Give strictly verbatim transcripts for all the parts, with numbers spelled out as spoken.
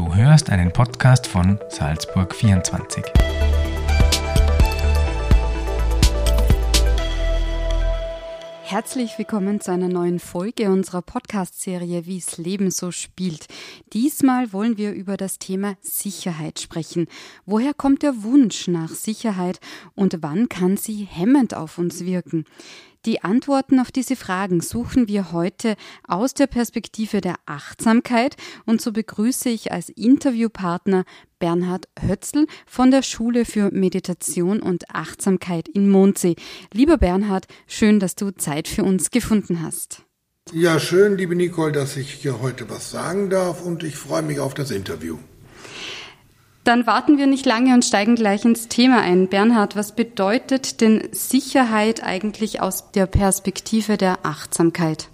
Du hörst einen Podcast von Salzburg vierundzwanzig. Herzlich willkommen zu einer neuen Folge unserer Podcast-Serie Wie's Leben so spielt. Diesmal wollen wir über das Thema Sicherheit sprechen. Woher kommt der Wunsch nach Sicherheit und wann kann sie hemmend auf uns wirken? Die Antworten auf diese Fragen suchen wir heute aus der Perspektive der Achtsamkeit und so begrüße ich als Interviewpartner Bernhard Hötzl von der Schule für Meditation und Achtsamkeit in Mondsee. Lieber Bernhard, schön, dass du Zeit für uns gefunden hast. Ja, schön, liebe Nicole, dass ich hier heute was sagen darf und ich freue mich auf das Interview. Dann warten wir nicht lange und steigen gleich ins Thema ein. Bernhard, was bedeutet denn Sicherheit eigentlich aus der Perspektive der Achtsamkeit?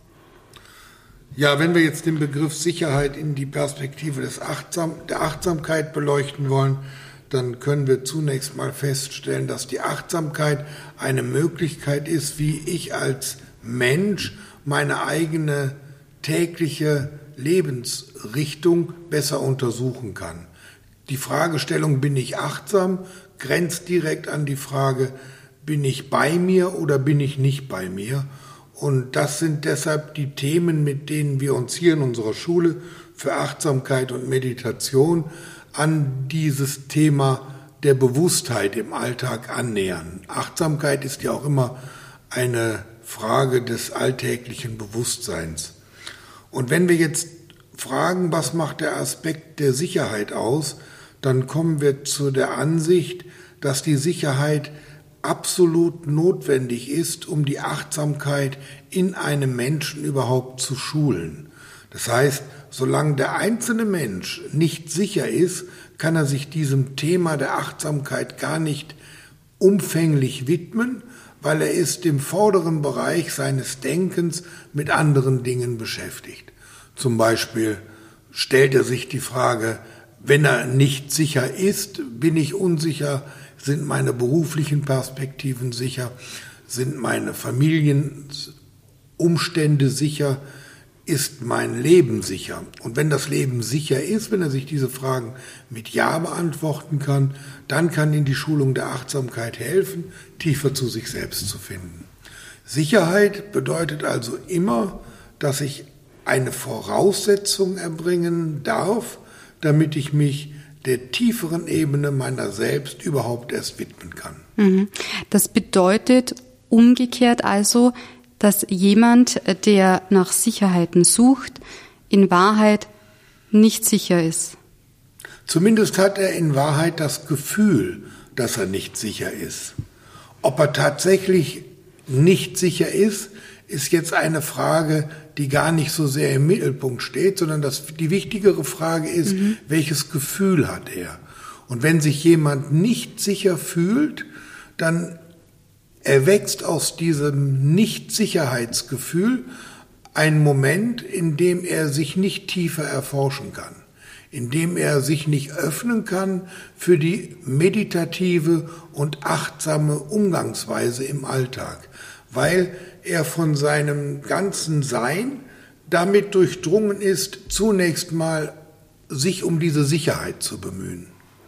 Ja, wenn wir jetzt den Begriff Sicherheit in die Perspektive des Achtsam, der Achtsamkeit beleuchten wollen, dann können wir zunächst mal feststellen, dass die Achtsamkeit eine Möglichkeit ist, wie ich als Mensch meine eigene tägliche Lebensrichtung besser untersuchen kann. Die Fragestellung, bin ich achtsam, grenzt direkt an die Frage, bin ich bei mir oder bin ich nicht bei mir? Und das sind deshalb die Themen, mit denen wir uns hier in unserer Schule für Achtsamkeit und Meditation an dieses Thema der Bewusstheit im Alltag annähern. Achtsamkeit ist ja auch immer eine Frage des alltäglichen Bewusstseins. Und wenn wir jetzt fragen, was macht der Aspekt der Sicherheit aus, dann kommen wir zu der Ansicht, dass die Sicherheit absolut notwendig ist, um die Achtsamkeit in einem Menschen überhaupt zu schulen. Das heißt, solange der einzelne Mensch nicht sicher ist, kann er sich diesem Thema der Achtsamkeit gar nicht umfänglich widmen, weil er ist im vorderen Bereich seines Denkens mit anderen Dingen beschäftigt. Zum Beispiel stellt er sich die Frage, wenn er nicht sicher ist, bin ich unsicher, sind meine beruflichen Perspektiven sicher, sind meine Familienumstände sicher, ist mein Leben sicher? Und wenn das Leben sicher ist, wenn er sich diese Fragen mit Ja beantworten kann, dann kann ihm die Schulung der Achtsamkeit helfen, tiefer zu sich selbst zu finden. Sicherheit bedeutet also immer, dass ich eine Voraussetzung erbringen darf, damit ich mich der tieferen Ebene meiner selbst überhaupt erst widmen kann. Das bedeutet umgekehrt also, dass jemand, der nach Sicherheiten sucht, in Wahrheit nicht sicher ist. Zumindest hat er in Wahrheit das Gefühl, dass er nicht sicher ist. Ob er tatsächlich nicht sicher ist, ist jetzt eine Frage, die gar nicht so sehr im Mittelpunkt steht, sondern das, die wichtigere Frage ist, mhm. welches Gefühl hat er? Und wenn sich jemand nicht sicher fühlt, dann erwächst aus diesem Nicht-Sicherheitsgefühl ein Moment, in dem er sich nicht tiefer erforschen kann, in dem er sich nicht öffnen kann für die meditative und achtsame Umgangsweise im Alltag, weil er von seinem ganzen Sein damit durchdrungen ist, zunächst mal sich um diese Sicherheit zu bemühen.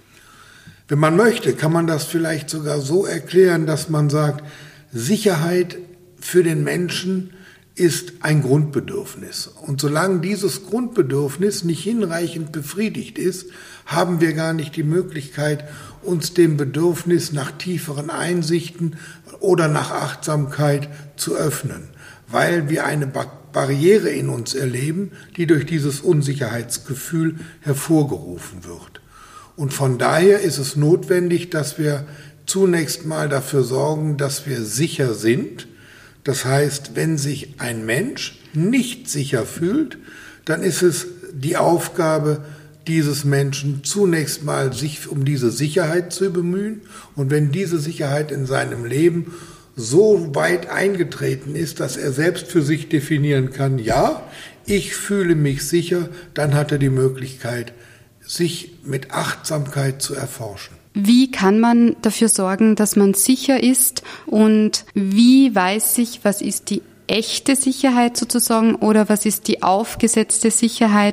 Wenn man möchte, kann man das vielleicht sogar so erklären, dass man sagt, Sicherheit für den Menschen ist ein Grundbedürfnis. Und solange dieses Grundbedürfnis nicht hinreichend befriedigt ist, haben wir gar nicht die Möglichkeit, uns dem Bedürfnis nach tieferen Einsichten oder nach Achtsamkeit zu öffnen, weil wir eine Barriere in uns erleben, die durch dieses Unsicherheitsgefühl hervorgerufen wird. Und von daher ist es notwendig, dass wir zunächst mal dafür sorgen, dass wir sicher sind. Das heißt, wenn sich ein Mensch nicht sicher fühlt, dann ist es die Aufgabe dieses Menschen zunächst mal sich um diese Sicherheit zu bemühen. Und wenn diese Sicherheit in seinem Leben so weit eingetreten ist, dass er selbst für sich definieren kann, ja, ich fühle mich sicher, dann hat er die Möglichkeit, sich mit Achtsamkeit zu erforschen. Wie kann man dafür sorgen, dass man sicher ist und wie weiß ich, was ist die echte Sicherheit sozusagen oder was ist die aufgesetzte Sicherheit,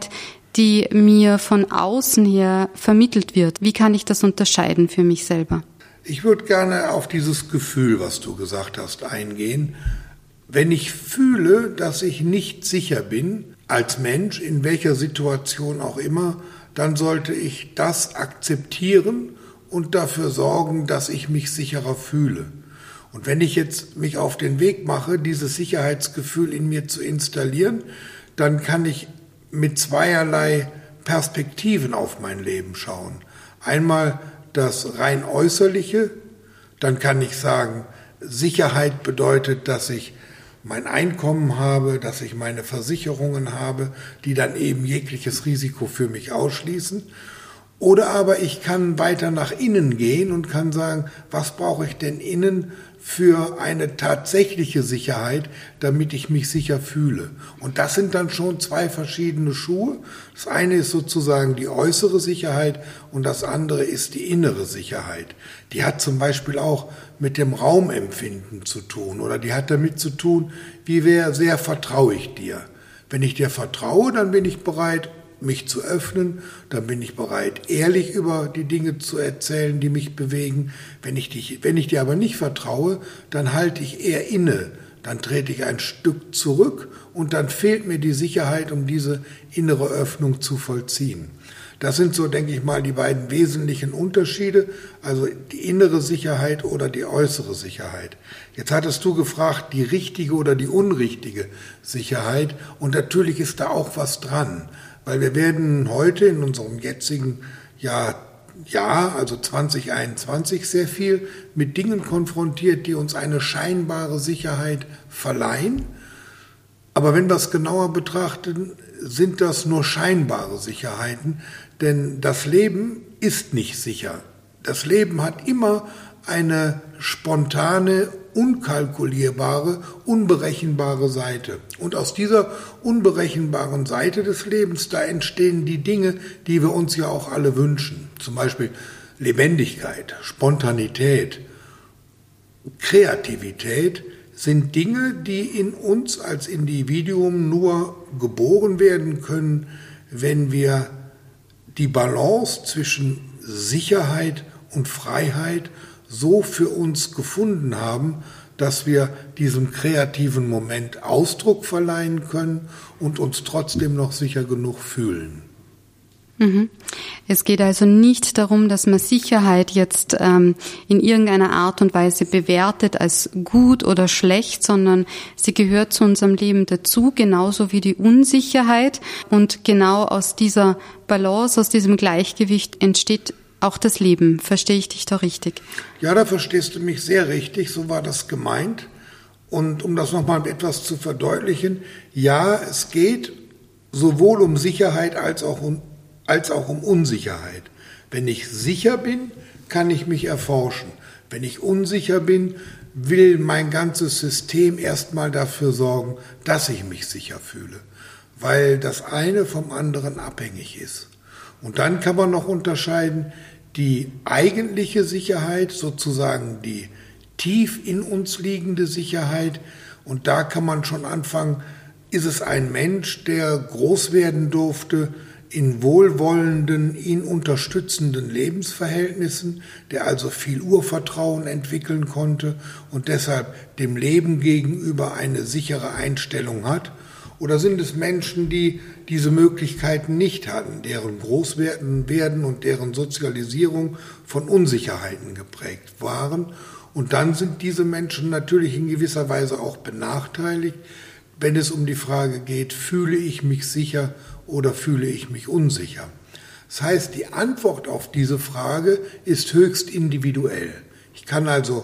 die mir von außen her vermittelt wird? Wie kann ich das unterscheiden für mich selber? Ich würde gerne auf dieses Gefühl, was du gesagt hast, eingehen. Wenn ich fühle, dass ich nicht sicher bin, als Mensch, in welcher Situation auch immer, dann sollte ich das akzeptieren und dafür sorgen, dass ich mich sicherer fühle. Und wenn ich jetzt mich auf den Weg mache, dieses Sicherheitsgefühl in mir zu installieren, dann kann ich mit zweierlei Perspektiven auf mein Leben schauen. Einmal das rein äußerliche, dann kann ich sagen, Sicherheit bedeutet, dass ich mein Einkommen habe, dass ich meine Versicherungen habe, die dann eben jegliches Risiko für mich ausschließen. Oder aber ich kann weiter nach innen gehen und kann sagen, was brauche ich denn innen für eine tatsächliche Sicherheit, damit ich mich sicher fühle. Und das sind dann schon zwei verschiedene Schuhe. Das eine ist sozusagen die äußere Sicherheit und das andere ist die innere Sicherheit. Die hat zum Beispiel auch mit dem Raumempfinden zu tun oder die hat damit zu tun, wie sehr vertraue ich dir. Wenn ich dir vertraue, dann bin ich bereit, mich zu öffnen, dann bin ich bereit, ehrlich über die Dinge zu erzählen, die mich bewegen. Wenn ich dich, wenn ich dir aber nicht vertraue, dann halte ich eher inne, dann trete ich ein Stück zurück und dann fehlt mir die Sicherheit, um diese innere Öffnung zu vollziehen. Das sind so, denke ich mal, die beiden wesentlichen Unterschiede, also die innere Sicherheit oder die äußere Sicherheit. Jetzt hattest du gefragt, die richtige oder die unrichtige Sicherheit, und natürlich ist da auch was dran. Weil wir werden heute in unserem jetzigen Jahr, Jahr, also zwanzig einundzwanzig, sehr viel mit Dingen konfrontiert, die uns eine scheinbare Sicherheit verleihen. Aber wenn wir es genauer betrachten, sind das nur scheinbare Sicherheiten, denn das Leben ist nicht sicher. Das Leben hat immer eine spontane, unkalkulierbare, unberechenbare Seite. Und aus dieser unberechenbaren Seite des Lebens, da entstehen die Dinge, die wir uns ja auch alle wünschen. Zum Beispiel Lebendigkeit, Spontanität, Kreativität sind Dinge, die in uns als Individuum nur geboren werden können, wenn wir die Balance zwischen Sicherheit und Freiheit so für uns gefunden haben, dass wir diesem kreativen Moment Ausdruck verleihen können und uns trotzdem noch sicher genug fühlen. Mhm. Es geht also nicht darum, dass man Sicherheit jetzt ähm, in irgendeiner Art und Weise bewertet als gut oder schlecht, sondern sie gehört zu unserem Leben dazu, genauso wie die Unsicherheit. Und genau aus dieser Balance, aus diesem Gleichgewicht entsteht auch das Leben. Verstehe ich dich da richtig? Ja, da verstehst du mich sehr richtig, so war das gemeint. Und um das nochmal etwas zu verdeutlichen, ja, es geht sowohl um Sicherheit als auch um, als auch um Unsicherheit. Wenn ich sicher bin, kann ich mich erforschen. Wenn ich unsicher bin, will mein ganzes System erstmal dafür sorgen, dass ich mich sicher fühle, weil das eine vom anderen abhängig ist. Und dann kann man noch unterscheiden, die eigentliche Sicherheit, sozusagen die tief in uns liegende Sicherheit. Und da kann man schon anfangen, ist es ein Mensch, der groß werden durfte in wohlwollenden, ihn unterstützenden Lebensverhältnissen, der also viel Urvertrauen entwickeln konnte und deshalb dem Leben gegenüber eine sichere Einstellung hat? Oder sind es Menschen, die diese Möglichkeiten nicht hatten, deren Großwerden und deren Sozialisierung von Unsicherheiten geprägt waren? Und dann sind diese Menschen natürlich in gewisser Weise auch benachteiligt, wenn es um die Frage geht, fühle ich mich sicher oder fühle ich mich unsicher? Das heißt, die Antwort auf diese Frage ist höchst individuell. Ich kann also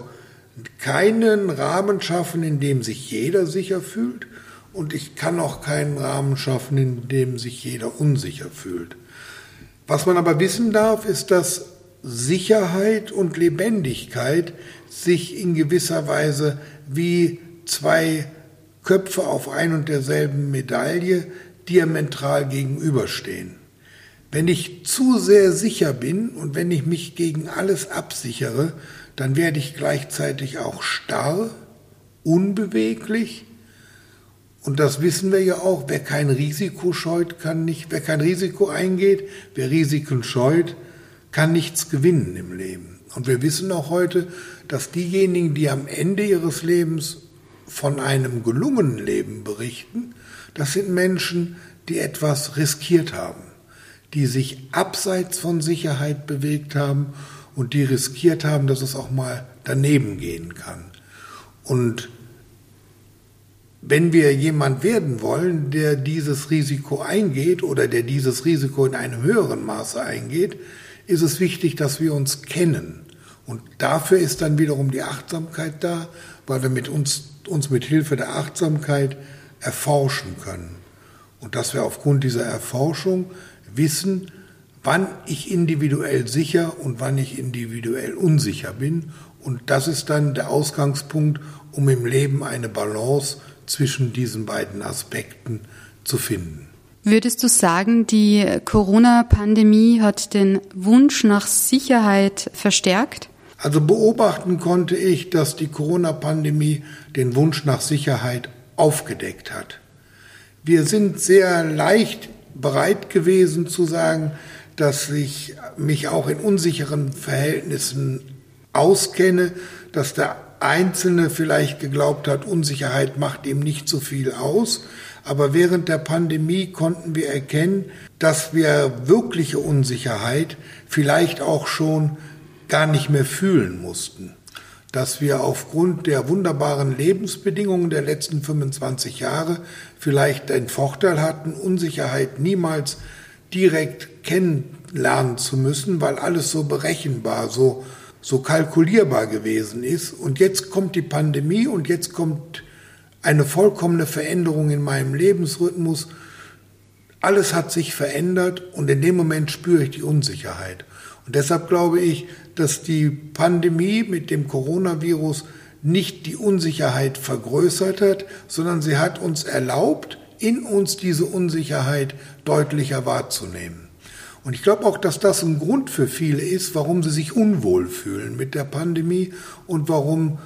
keinen Rahmen schaffen, in dem sich jeder sicher fühlt. Und ich kann auch keinen Rahmen schaffen, in dem sich jeder unsicher fühlt. Was man aber wissen darf, ist, dass Sicherheit und Lebendigkeit sich in gewisser Weise wie zwei Köpfe auf ein und derselben Medaille diametral gegenüberstehen. Wenn ich zu sehr sicher bin und wenn ich mich gegen alles absichere, dann werde ich gleichzeitig auch starr, unbeweglich Und das wissen wir ja auch, wer kein Risiko scheut, kann nicht, wer kein Risiko eingeht, wer Risiken scheut, kann nichts gewinnen im Leben. Und wir wissen auch heute, dass diejenigen, die am Ende ihres Lebens von einem gelungenen Leben berichten, das sind Menschen, die etwas riskiert haben, die sich abseits von Sicherheit bewegt haben und die riskiert haben, dass es auch mal daneben gehen kann. Und wenn wir jemand werden wollen, der dieses Risiko eingeht oder der dieses Risiko in einem höheren Maße eingeht, ist es wichtig, dass wir uns kennen. Und dafür ist dann wiederum die Achtsamkeit da, weil wir mit uns, uns mit Hilfe der Achtsamkeit erforschen können. Und dass wir aufgrund dieser Erforschung wissen, wann ich individuell sicher und wann ich individuell unsicher bin. Und das ist dann der Ausgangspunkt, um im Leben eine Balance zwischen diesen beiden Aspekten zu finden. Würdest du sagen, die Corona-Pandemie hat den Wunsch nach Sicherheit verstärkt? Also beobachten konnte ich, dass die Corona-Pandemie den Wunsch nach Sicherheit aufgedeckt hat. Wir sind sehr leicht bereit gewesen zu sagen, dass ich mich auch in unsicheren Verhältnissen auskenne, dass der Einzelne vielleicht geglaubt hat, Unsicherheit macht ihm nicht so viel aus. Aber während der Pandemie konnten wir erkennen, dass wir wirkliche Unsicherheit vielleicht auch schon gar nicht mehr fühlen mussten. Dass wir aufgrund der wunderbaren Lebensbedingungen der letzten fünfundzwanzig Jahre vielleicht den Vorteil hatten, Unsicherheit niemals direkt kennenlernen zu müssen, weil alles so berechenbar, so so kalkulierbar gewesen ist. Und jetzt kommt die Pandemie und jetzt kommt eine vollkommene Veränderung in meinem Lebensrhythmus. Alles hat sich verändert und in dem Moment spüre ich die Unsicherheit. Und deshalb glaube ich, dass die Pandemie mit dem Coronavirus nicht die Unsicherheit vergrößert hat, sondern sie hat uns erlaubt, in uns diese Unsicherheit deutlicher wahrzunehmen. Und ich glaube auch, dass das ein Grund für viele ist, warum sie sich unwohl fühlen mit der Pandemie und warum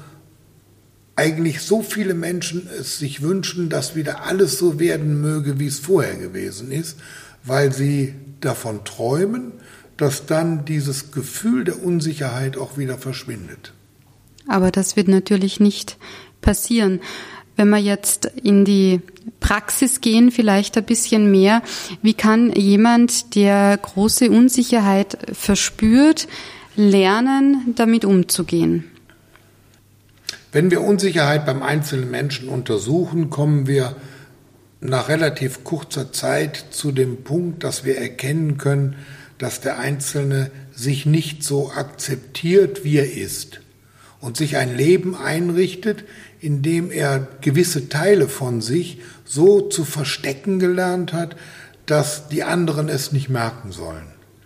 eigentlich so viele Menschen es sich wünschen, dass wieder alles so werden möge, wie es vorher gewesen ist, weil sie davon träumen, dass dann dieses Gefühl der Unsicherheit auch wieder verschwindet. Aber das wird natürlich nicht passieren. Wenn wir jetzt in die Praxis gehen, vielleicht ein bisschen mehr, wie kann jemand, der große Unsicherheit verspürt, lernen, damit umzugehen? Wenn wir Unsicherheit beim einzelnen Menschen untersuchen, kommen wir nach relativ kurzer Zeit zu dem Punkt, dass wir erkennen können, dass der Einzelne sich nicht so akzeptiert, wie er ist und sich ein Leben einrichtet, in dem er gewisse Teile von sich so zu verstecken gelernt hat, dass die anderen es nicht merken sollen.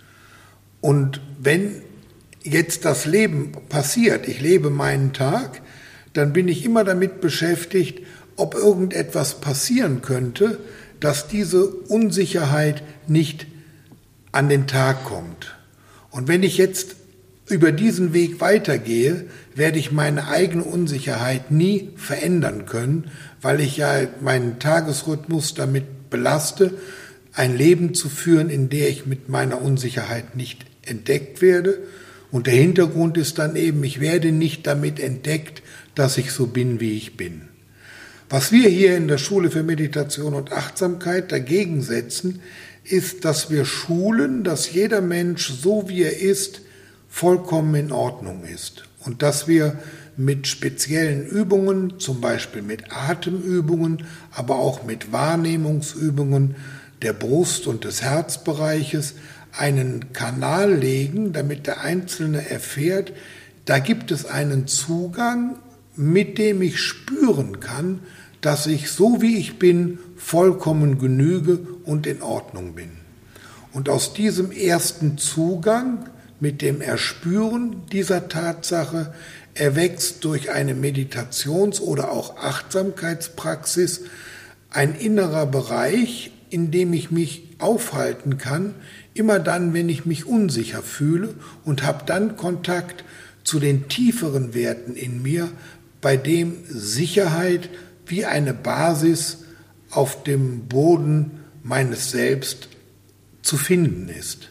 Und wenn jetzt das Leben passiert, ich lebe meinen Tag, dann bin ich immer damit beschäftigt, ob irgendetwas passieren könnte, dass diese Unsicherheit nicht an den Tag kommt. Und wenn ich jetzt über diesen Weg weitergehe, werde ich meine eigene Unsicherheit nie verändern können, weil ich ja meinen Tagesrhythmus damit belaste, ein Leben zu führen, in dem ich mit meiner Unsicherheit nicht entdeckt werde. Und der Hintergrund ist dann eben, ich werde nicht damit entdeckt, dass ich so bin, wie ich bin. Was wir hier in der Schule für Meditation und Achtsamkeit dagegen setzen, ist, dass wir schulen, dass jeder Mensch, so wie er ist, vollkommen in Ordnung ist. Und dass wir mit speziellen Übungen, zum Beispiel mit Atemübungen, aber auch mit Wahrnehmungsübungen der Brust- und des Herzbereiches einen Kanal legen, damit der Einzelne erfährt, da gibt es einen Zugang, mit dem ich spüren kann, dass ich, so wie ich bin, vollkommen genüge und in Ordnung bin. Und aus diesem ersten Zugang, mit dem Erspüren dieser Tatsache, erwächst durch eine Meditations- oder auch Achtsamkeitspraxis ein innerer Bereich, in dem ich mich aufhalten kann, immer dann, wenn ich mich unsicher fühle, und habe dann Kontakt zu den tieferen Werten in mir, bei dem Sicherheit wie eine Basis auf dem Boden meines Selbst zu finden ist.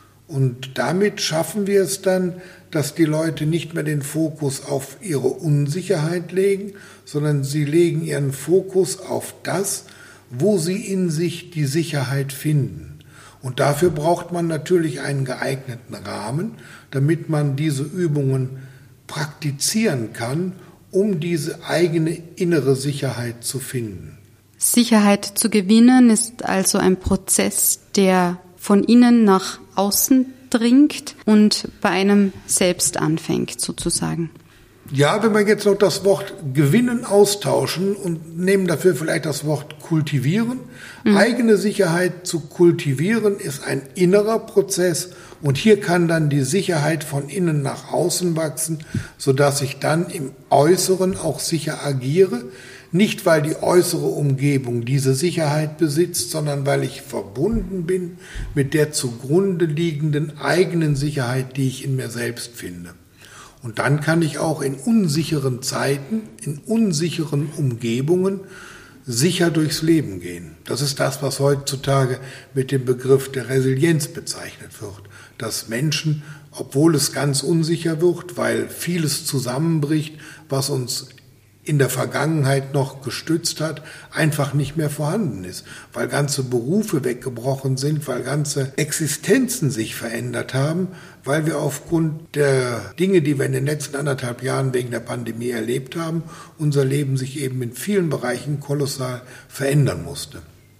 Und damit schaffen wir es dann, dass die Leute nicht mehr den Fokus auf ihre Unsicherheit legen, sondern sie legen ihren Fokus auf das, wo sie in sich die Sicherheit finden. Und dafür braucht man natürlich einen geeigneten Rahmen, damit man diese Übungen praktizieren kann, um diese eigene innere Sicherheit zu finden. Sicherheit zu gewinnen ist also ein Prozess, der von innen nach außen dringt und bei einem selbst anfängt, sozusagen. Ja, wenn wir jetzt noch das Wort gewinnen austauschen und nehmen dafür vielleicht das Wort kultivieren. Mhm. Eigene Sicherheit zu kultivieren ist ein innerer Prozess und hier kann dann die Sicherheit von innen nach außen wachsen, sodass ich dann im Äußeren auch sicher agiere. Nicht, weil die äußere Umgebung diese Sicherheit besitzt, sondern weil ich verbunden bin mit der zugrunde liegenden eigenen Sicherheit, die ich in mir selbst finde. Und dann kann ich auch in unsicheren Zeiten, in unsicheren Umgebungen sicher durchs Leben gehen. Das ist das, was heutzutage mit dem Begriff der Resilienz bezeichnet wird. Dass Menschen, obwohl es ganz unsicher wird, weil vieles zusammenbricht, was uns in der Vergangenheit noch gestützt hat, einfach nicht mehr vorhanden ist, weil ganze Berufe weggebrochen sind, weil ganze Existenzen sich verändert haben, weil wir aufgrund der Dinge, die wir in den letzten anderthalb Jahren wegen der Pandemie erlebt haben, unser Leben sich eben in vielen Bereichen kolossal verändern musste.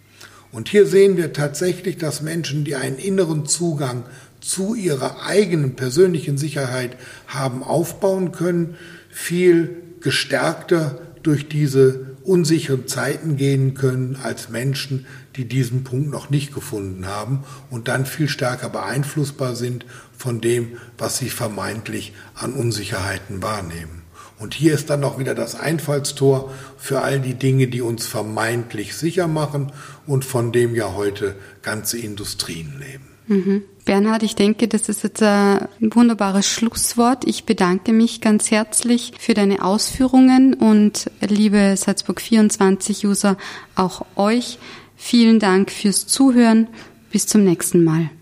Und hier sehen wir tatsächlich, dass Menschen, die einen inneren Zugang zu ihrer eigenen persönlichen Sicherheit haben aufbauen können, viel gestärkter durch diese unsicheren Zeiten gehen können als Menschen, die diesen Punkt noch nicht gefunden haben und dann viel stärker beeinflussbar sind von dem, was sie vermeintlich an Unsicherheiten wahrnehmen. Und hier ist dann auch wieder das Einfallstor für all die Dinge, die uns vermeintlich sicher machen und von dem ja heute ganze Industrien leben. Mhm. Bernhard, ich denke, das ist jetzt ein wunderbares Schlusswort. Ich bedanke mich ganz herzlich für deine Ausführungen und liebe Salzburg vierundzwanzig-User, auch euch vielen Dank fürs Zuhören. Bis zum nächsten Mal.